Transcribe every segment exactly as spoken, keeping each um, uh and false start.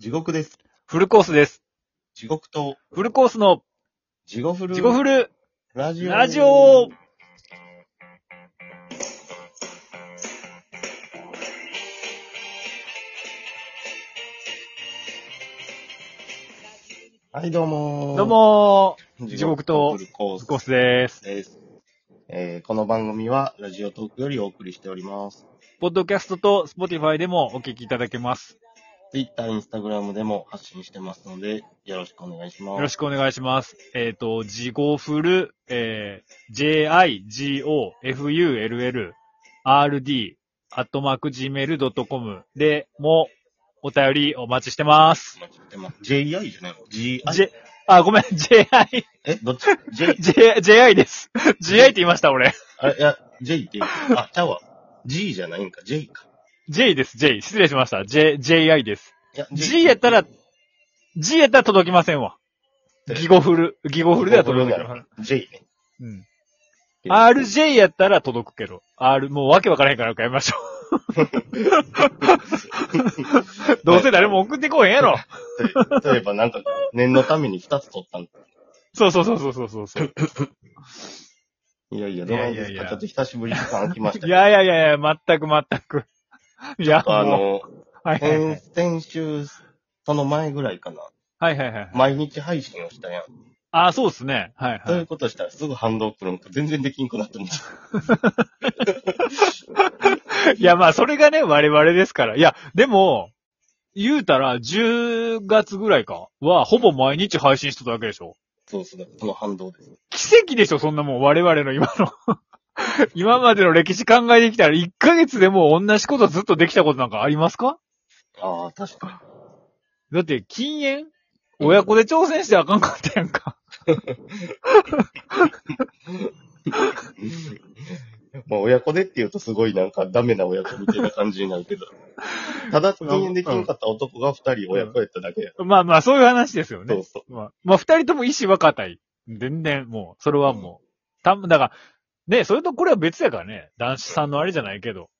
地獄です。 フルコースです。 地獄とフルコースの地獄フル地獄フルラジオ。 ラジオはい、どうもー。 どうもー、 地地獄とフルコースフルコースです。 です、えー。この番組はラジオトークよりお送りしております。 ポッドキャストとスポティファイでもお聞きいただけます。 Twitter、Instagram でも発信してますので、よろしくお願いします。 よろしくお願いします。えっ、ー、と、地獄フル、えー、ジェイアイジーオーエフユーエルエルアールディー アットマーク ジーメール ドットコム でもお便りお待ちしてます。 お待ちしてます。ジェイアイ じゃないの ?ジェイアイ? J、あ、ごめん、ジェイアイ。 え、どっち ?J、 J、ジェイアイ です。ジェイアイ って言いました、俺。 あれ、いや、J って言う。あ、ちゃうわ。G じゃないんか、J か。 J です、J。失礼しました。J、ジェイアイ です。 いや、 G やったら、G やったら届きませんわ。ギゴフル。ギゴフルでは届きません。 J ね。 うん。アールジェイ やったら届くけど。R、もうわけわからへんからやめましょう。どうせ誰も送ってこへんやろ。 例えばなんか、念のためにふたつ取ったんだ。 そうそうそうそうそうそう。 いやいや、どうなんですか、いやいやいやちょっと久しぶりに感来ました。 いやいやいやいや、全く全く。いや、 あの、 はいはいはい、 先週、その前ぐらいかな。 はいはいはい。 毎日配信をしたやん。 ああ、そうですね。はいはい。 そういうことしたらすぐ反動来るんか全然できんくなってます。 いや、まあ、それがね、我々ですから。いや、でも、言うたら、じゅうがつぐらいかは、ほぼ毎日配信しとったわけでしょ。 そうそう、その反動です。 奇跡でしょ、そんなもん。我々の今の。今までの歴史考えてきたら、いっかげつでもう同じことずっとできたことなんかありますか？ ああ、確かに。だって、禁煙親子で挑戦してあかんかったやんか。 まあ、親子でって言うとすごいなんかダメな親子みたいな感じになるけど。ただ、禁煙できんかった男が二人親子やっただけや、 うん。まあまあ、そういう話ですよね。 そうそう。 まあ、まあ、二人とも意志は固い。全然、もう、それはもう。ただから、ね、それとこれは別やからね。男子さんのあれじゃないけど。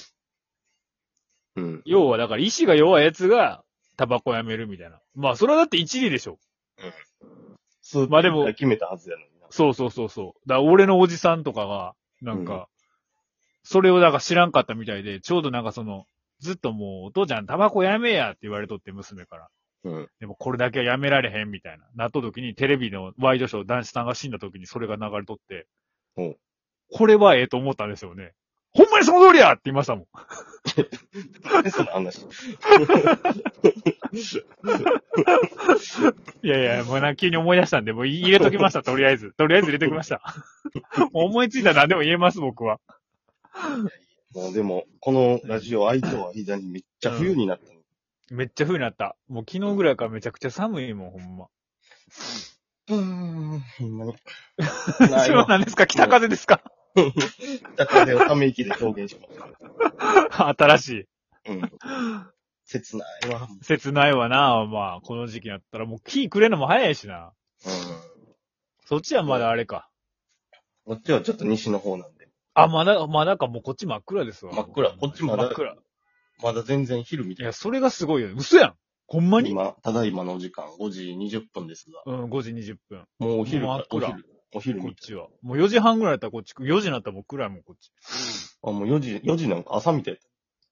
うん。 要は、だから意志が弱いやつが、タバコやめるみたいな。まあ、それはだって一理でしょ。 うん。 まあでも、 決めたはずやのにな。 そうそうそうそう。だから俺のおじさんとかが、なんか、うん、それをだから知らんかったみたいで、ちょうどなんかその、ずっともう、お父ちゃんタバコやめやって言われとって娘から。 うん。 でもこれだけはやめられへんみたいな。なった時にテレビのワイドショー男子さんが死んだ時にそれが流れとって、 うん、 これはええと思ったんですよね。ほんまにその通りやって言いましたもん。 何その話。 いやいや、もうな、急に思い出したんで、もう入れときました、とりあえず。とりあえず入れときました。思いついたら何でも言えます、僕は。 もうでも、このラジオ、相手は間にめっちゃ冬になった、 うん、めっちゃ冬になった。もう昨日ぐらいからめちゃくちゃ寒いもん、ほんま。 うーん、ほんまに。 そうなんですか？北風ですか？ 北風をため息で表現しました。 新しい。 うん。切ないわ。 切ないわな、まあ、この時期になったら、もう木くれるのも早いしな。うん。そっちはまだあれか。 こっちはちょっと西の方なんで。 あ、まだ、まだか、もうこっち真っ暗ですわ。 真っ暗。こっちまだ、 真っ暗。 まだ全然昼みたい。 いや、それがすごいよね。嘘やん。ほんまに今、ただいまのお時間、ごじにじゅっぷんですが。 うん、ごじにじゅっぷん。 もうお昼か、 真っ暗。 お昼。お昼みたい。 こっちは。もうよじはんぐらいだったらこっち、よじになったらもう暗いもん、こっち。 あ、もうよじ、よじなんか朝みたい。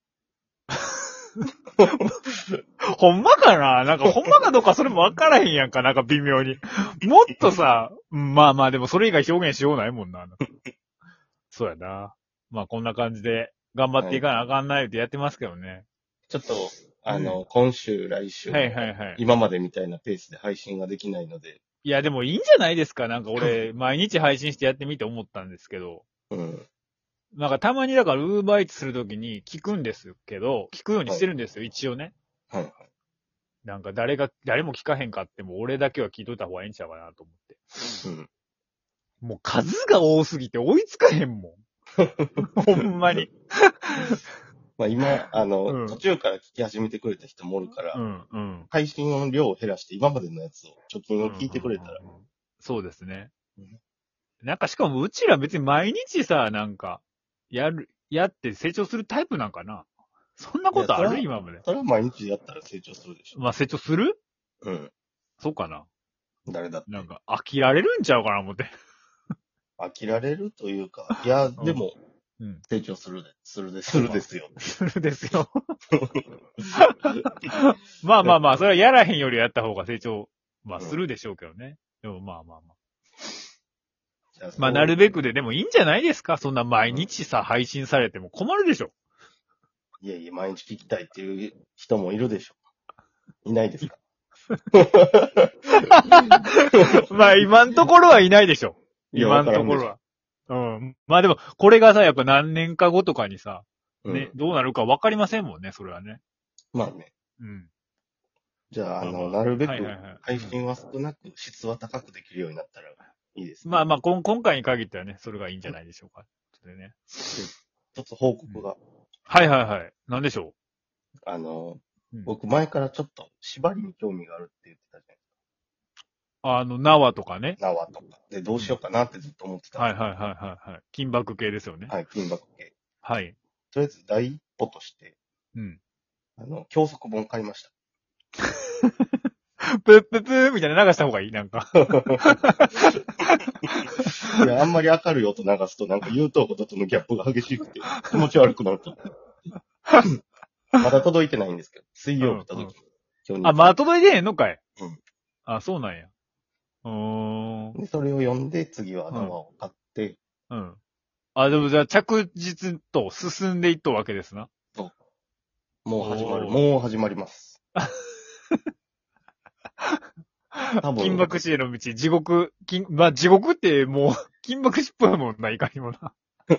ほんまかななんかほんまかどうかそれもわからへんやんか、なんか微妙に。もっとさ、まあまあでもそれ以外表現しようないもんな。そうやな。まあこんな感じで頑張っていかなあかんないってやってますけどね。はい、 ちょっと、あの、うん、今週、来週、 はいはいはい。 今までみたいなペースで配信ができないので。 いやでもいいんじゃないですか。なんか俺、毎日配信してやってみて思ったんですけど。うん。なんかたまにだからウーバーイーツするときに聞くんですけど、聞くようにしてるんですよ、はい、一応ね。はいはい。なんか誰が、誰も聞かへんかっても俺だけは聞いといた方がいいんちゃうかなと思って。うん。もう数が多すぎて追いつかへんもん。ほんまに。 まあ今、あの、うん、途中から聞き始めてくれた人もおるから、うんうん、配信の量を減らして今までのやつを、貯金を聞いてくれたら。うんうんうん、 そうですね。うん、なんかしかもうちら別に毎日さ、なんか、やる、やって成長するタイプなんかな。 そんなことある今まで。 それは毎日やったら成長するでしょ。 まあ成長する？ うん。 そうかな。 誰だって。 なんか、飽きられるんちゃうかな思って。 飽きられるというか、いや、でも、うん、成長するで、するで、するですよ。 するですよ。まあまあまあ、それはやらへんよりやった方が成長、まあするでしょうけどね。うん、でもまあまあまあ。まあなるべくで、でもいいんじゃないですか？そんな毎日さ、配信されても困るでしょ。 いやいや、毎日聞きたいっていう人もいるでしょ。いないですか？ まあ今のところはいないでしょ。今のところは。うん。まあでも、これがさ、やっぱ何年か後とかにさ、ね、うん、どうなるか分かりませんもんね、それはね。 まあね。 うん。 じゃあ、あの、まあまあ、なるべく、配信は少なく、質は高くできるようになったらいいです、ね。 まあまあ、今回に限ってはね、それがいいんじゃないでしょうか。でね。 一つ報告が、うん。 はいはいはい。なんでしょうあの、うん、僕前からちょっと縛りに興味があるって言ってたじゃないですか。あの、縄とかね。 縄とか。で、どうしようかなってずっと思ってた、 うん。はいはいはいはいはい。金箔系ですよね。 はい、金箔系。 はい。 とりあえず第一歩として、 うん。 あの、教則本買いました。 プッププーみたいな流した方がいいなんか。 いや、あんまり明るい音流すとなんか言うとこととのギャップが激しくて気持ち悪くなると。まだ届いてないんですけど、水曜日届き、 うんうん、あ、まだ届いてへんのかい？ うん。 あ、そうなんや。うーん。 で、それを読んで次は縄を買って、 うん。うん。あ、でもじゃあ着実と進んでいっとうわけですな。 そう。もう始まる。もう始まります。 金箔師への道、地獄、金、まあ、地獄ってもう、金箔師っぽいもんな、いかにもな。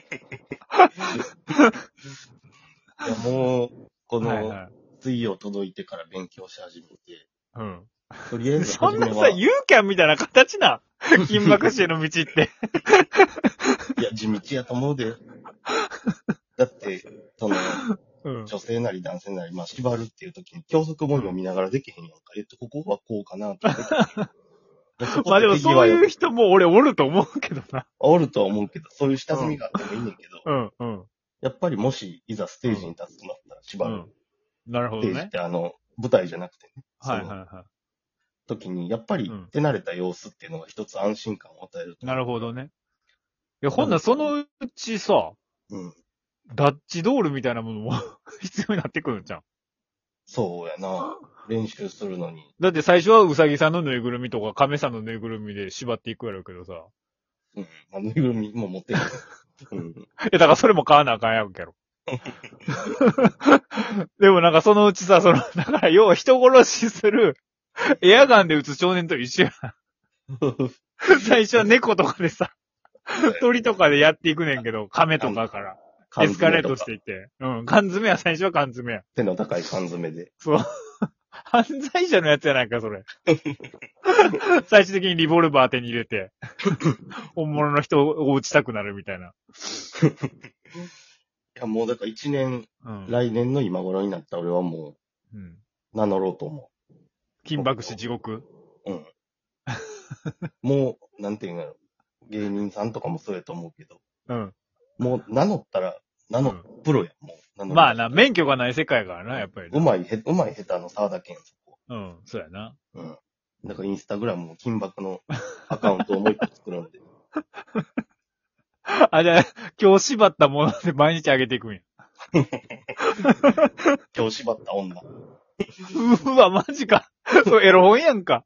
いや、もう、この、水曜届いてから勉強し始めて、 はいはい、うん。 とりあえずそんなさ、ユーキャンみたいな形な。金箔師への道って。 いや、地道やと思うで。だって、その、うん、女性なり男性なり、まあ、縛るっていう時に、教則本読みながらできへんやんか。えっと、ここはこうかなって。 まあでもそういう人も俺おると思うけどな。 おるとは思うけど、そういう下積みがあってもいいねんけど。 うんうん。 やっぱりもし、いざステージに立つとなったら縛る。うん、 なるほどね。 ステージってあの、舞台じゃなくてね。 はいはいはい。 時に、やっぱり手慣れた様子っていうのが一つ安心感を与える。 なるほどね。いや、ほんならそのうちさ、うん。ダッチドールみたいなものも必要になってくるんじゃん。 そうやな。練習するのに。 だって最初はウサギさんのぬいぐるみとか亀さんのぬいぐるみで縛っていくやろうけどさ。 うん。まあ、ぬいぐるみも持ってる。 うん。いや、だからそれも買わなあかんやろけど。でもなんかそのうちさ、その、だから要は人殺しするエアガンで撃つ少年と一緒や。最初は猫とかでさ、鳥とかでやっていくねんけど、亀とかから。エスカレートしていって。うん。缶詰や、最初は缶詰や。 手の高い缶詰で。 そう。犯罪者のやつやないか、それ。最終的にリボルバー手に入れて、本物の人を撃ちたくなるみたいな。いや、もうだから一年、うん、来年の今頃になった俺はもう、うん、名乗ろうと思う。 金箔師地獄？ うん。もう、なんていうんやろ。芸人さんとかもそうやと思うけど。うん。もう名乗ったら、名乗、うん、プロや、もう。 まあな、免許がない世界からな、やっぱり。 うまい、へ、うまい下手の沢田健、そこ。 うん、そうやな。 うん。だからインスタグラムも金箔のアカウントをもう一個作るんで。 あ、じゃあ、今日縛ったもので毎日上げていくんや。 今日縛った女。 うわ、マジか。そう、エロ本やんか。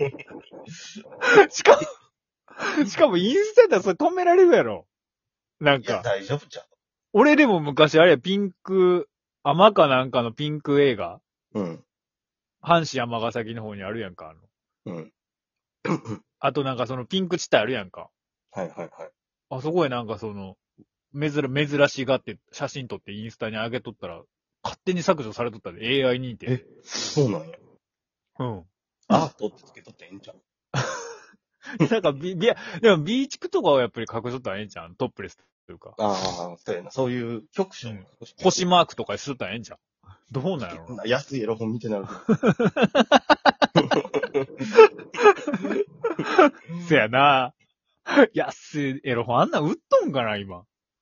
しかも、しかもインスタやったらそれ止められるやろ。なんか。 いや、大丈夫じゃん。 俺でも昔あれ、ピンク、甘かなんかのピンク映画。うん。阪神山崎の方にあるやんか、あの。うん。あとなんかそのピンク地帯あるやんか。 はいはいはい。 あそこへなんかその、珍、珍しがって写真撮ってインスタに上げとったら、勝手に削除されとったで、エーアイ 認定。 え、そうなんや。 うん。 アートってつけとってええんじゃん。 なんかビ、ビ、でもビーチクとかはやっぱり隠しとったらええんじゃん。トップレスというか。 ああ、そうやな。そういう局所、うん、 星マークとかしとったらええんじゃん。どうなんやろな。 安いエロ本見てなる。 そやな。安いエロ本あんなん売っとんかな、今。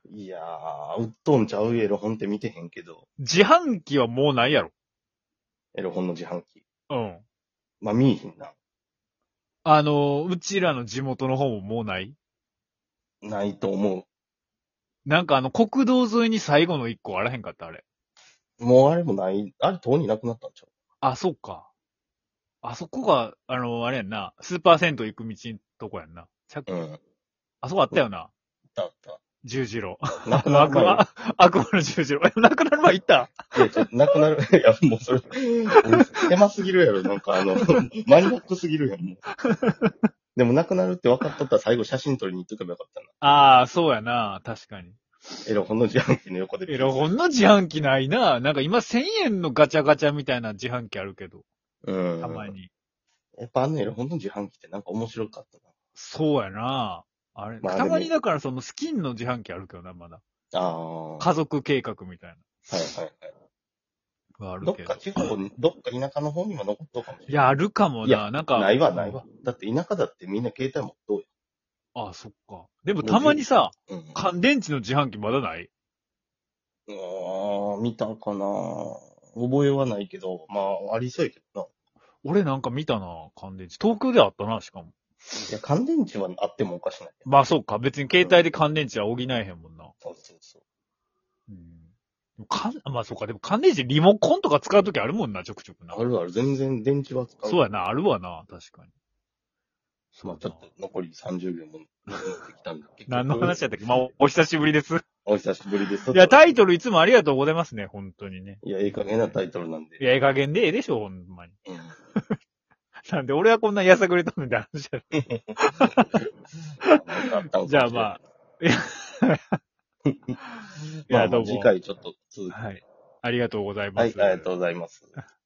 いやー、売っとんちゃうエロ本って見てへんけど。 自販機はもうないやろ。 エロ本の自販機。 うん。 まあ、見えひんな。 あの、うちらの地元の方ももうないないと思う。 なんかあの、国道沿いに最後の一個あらへんかった、あれ。 もうあれもない。あれ、とうになくなったんちゃう？ あ、そっか。あそこが、あの、あれやんな。スーパー銭湯行く道のとこやんな。 うん。 あそこあったよな。 あったあった。 十字路。 なくなる前に。 悪魔の十字路。え、なくなる前行ったいや、ちょっとなくなる。いや、もうそれ、狭すぎるやろ。なんかあの、マニアックすぎるやん、もう。でもなくなるって分かっとったら最後写真撮りに行っとけばよかったな。 ああ、そうやな。確かに。 エロ本の自販機の横で。 エロ本の自販機ないな。なんか今せんえんのガチャガチャみたいな自販機あるけど。 うん。 たまに。 やっぱあのエロ本の自販機ってなんか面白かったな。 そうやな。あれ、まあ、たまにだからそのスキンの自販機あるけどな、まだ。 ああ。 家族計画みたいな。 はいはいはい。 あるどっか地方に、どっか田舎の方にも残っとうかもしれない。 いや、あるかもな。 いやなんか。 ないわないわ。だって田舎だってみんな携帯持っとうよ。 ああ、そっか。でもたまにさ、 うん、 乾電池の自販機まだない？ ああ、見たかな。覚えはないけど、まあ、ありそうやけどな。 俺なんか見たな、乾電池。東京であったな、しかも。 いや、乾電池はあってもおかしない。 まあそうか。別に携帯で乾電池は補えへんもんな。うん、 そうそうそう。 うん。かん、まあそうか。でも乾電池リモコンとか使うときあるもんな、ちょくちょくな。 あるある。全然電池は使う。 そうやな、あるわな、確かに。 まあちょっと残りさんじゅうびょうも残ってきたんだけど。 何の話やったっけ？まあお、お久しぶりです。 お久しぶりです。 いや、タイトルいつもありがとうございますね、本当にね。 いや、ええ加減なタイトルなんで。 いや、ええ加減でええでしょ、ほんまに。 うん。 なんで俺はこんなやさぐれとんねんって話や。じゃあまあ。いや、 いやどうも。次回ちょっと続き。 はい。ありがとうございます。 はい、ありがとうございます。